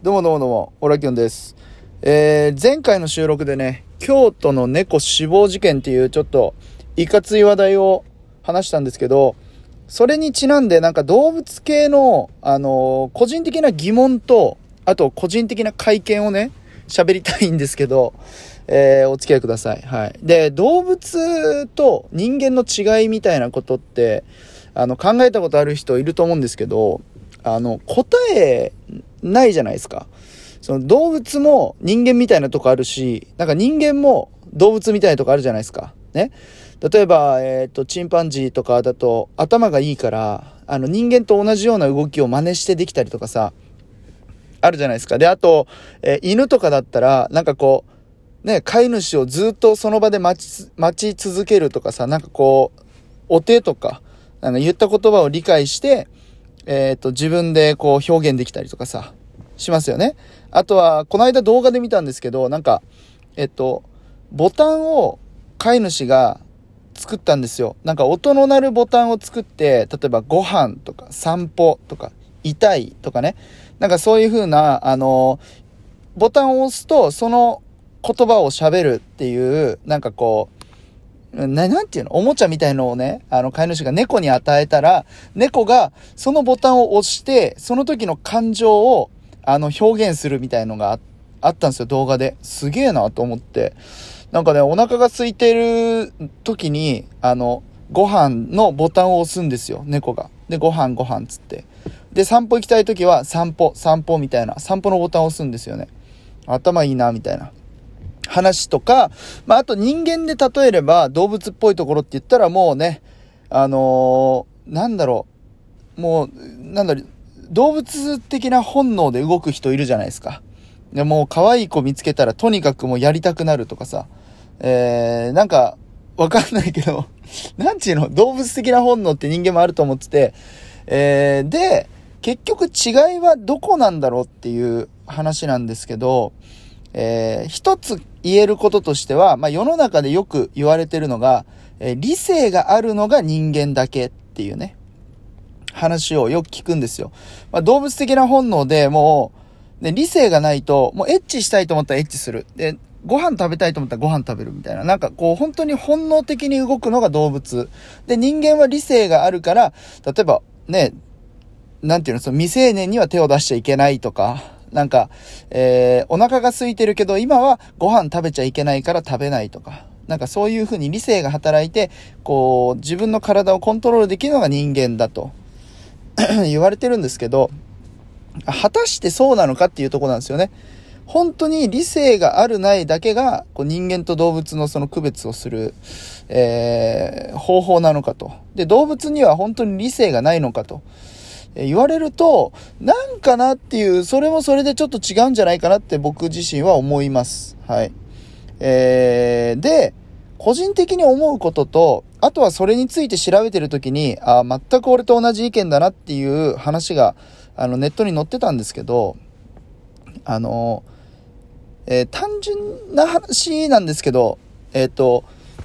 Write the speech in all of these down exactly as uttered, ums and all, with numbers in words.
どうもどうもどうも、オラキョンです。えー、前回の収録でね、京都の猫死亡事件っていうちょっといかつい話題を話したんですけど、それにちなんでなんか動物系の、あのー、個人的な疑問と、あと個人的な体験をね、喋りたいんですけど、えー、お付き合いください。はい。で、動物と人間の違いみたいなことって、あの、考えたことある人いると思うんですけど、あの、答えないじゃないですか。その動物も人間みたいなとこあるし、なんか人間も動物みたいなとこあるじゃないですか。ね。例えば、えっと、チンパンジーとかだと頭がいいから、あの人間と同じような動きを真似してできたりとかさ、あるじゃないですか。で、あと、えー、犬とかだったら、なんかこう、ね、飼い主をずっとその場で待ち、待ち続けるとかさ、なんかこう、お手とか、あの言った言葉を理解して、えっと、自分でこう表現できたりとかさ、しますよね。あとは、この間動画で見たんですけど、なんか、えっと、ボタンを飼い主が作ったんですよ。なんか音の鳴るボタンを作って、例えばご飯とか散歩とか痛いとかね。なんかそういう風な、あの、ボタンを押すと、その言葉を喋るっていう、なんかこう、な、なんていうのおもちゃみたいのをね、あの飼い主が猫に与えたら、猫がそのボタンを押して、その時の感情を、あの、表現するみたいのが あ, あったんですよ、動画で。すげえなと思って。なんかね、お腹が空いてる時に、あの、ご飯のボタンを押すんですよ、猫が。で、ご飯ご飯つって。で、散歩行きたい時は、散歩、散歩みたいな、散歩のボタンを押すんですよね。頭いいな、みたいな。話とか、まあ、あと人間で例えれば動物っぽいところって言ったらもうね、あのー、なんだろう、もう、なんだろう、動物的な本能で動く人いるじゃないですか。でもう可愛い子見つけたらとにかくもうやりたくなるとかさ、えー、なんかわかんないけど、なんちゅうの、動物的な本能って人間もあると思ってて、えー、で、結局違いはどこなんだろうっていう話なんですけど、えー、一つ言えることとしては、まあ、世の中でよく言われてるのが、えー、理性があるのが人間だけっていうね、話をよく聞くんですよ。まあ、動物的な本能でもう、ね、理性がないと、もうエッチしたいと思ったらエッチする。で、ご飯食べたいと思ったらご飯食べるみたいな。なんかこう本当に本能的に動くのが動物。で、人間は理性があるから、例えばね、なんていうの、その未成年には手を出しちゃいけないとか、なんか、えー、お腹が空いてるけど今はご飯食べちゃいけないから食べないとか、なんかそういう風に理性が働いて、こう、自分の体をコントロールできるのが人間だと言われてるんですけど、果たしてそうなのかっていうところなんですよね。本当に理性があるないだけが、こう人間と動物のその区別をする、えー、方法なのかと。で、動物には本当に理性がないのかと。言われると、なんかなっていう、それもそれでちょっと違うんじゃないかなって僕自身は思います。はい。えー、で、個人的に思うことと、あとはそれについて調べてるときに、あ、全く俺と同じ意見だなっていう話が、あの、ネットに載ってたんですけど、あの、えー、単純な話なんですけど、えっと、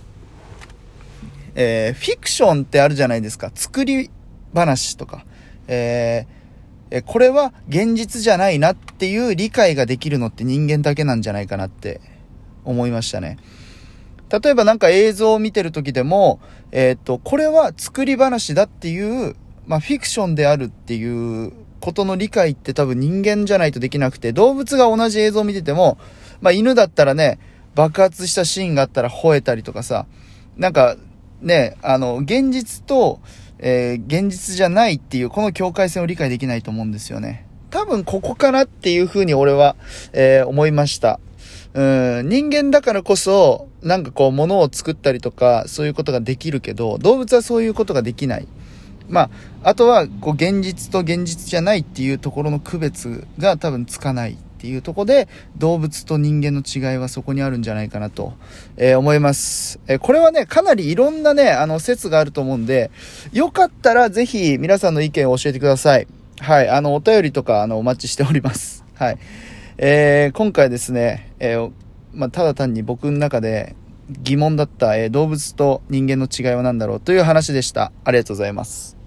えー、フィクションってあるじゃないですか。作り話とか。えー、これは現実じゃないなっていう理解ができるのって人間だけなんじゃないかなって思いましたね。例えばなんか映像を見てる時でも、えっと、これは作り話だっていう、まあフィクションであるっていうことの理解って多分人間じゃないとできなくて、動物が同じ映像を見てても、まあ犬だったらね、爆発したシーンがあったら吠えたりとかさ、なんかね、あの、現実と、えー、現実じゃないっていうこの境界線を理解できないと思うんですよね。多分ここかなっていうふうに俺は、えー、思いました。うん、人間だからこそなんかこう物を作ったりとかそういうことができるけど、動物はそういうことができない。まああとはこう現実と現実じゃないっていうところの区別が多分つかないっていうところで、動物と人間の違いはそこにあるんじゃないかなと、えー、思います。えー、これはね、かなりいろんなね、あの説があると思うんで、よかったらぜひ皆さんの意見を教えてください。はい、あのお便りとかあのお待ちしております。はい、えー、今回ですね、えーまあ、ただ単に僕の中で疑問だった、えー、動物と人間の違いは何だろうという話でした。ありがとうございます。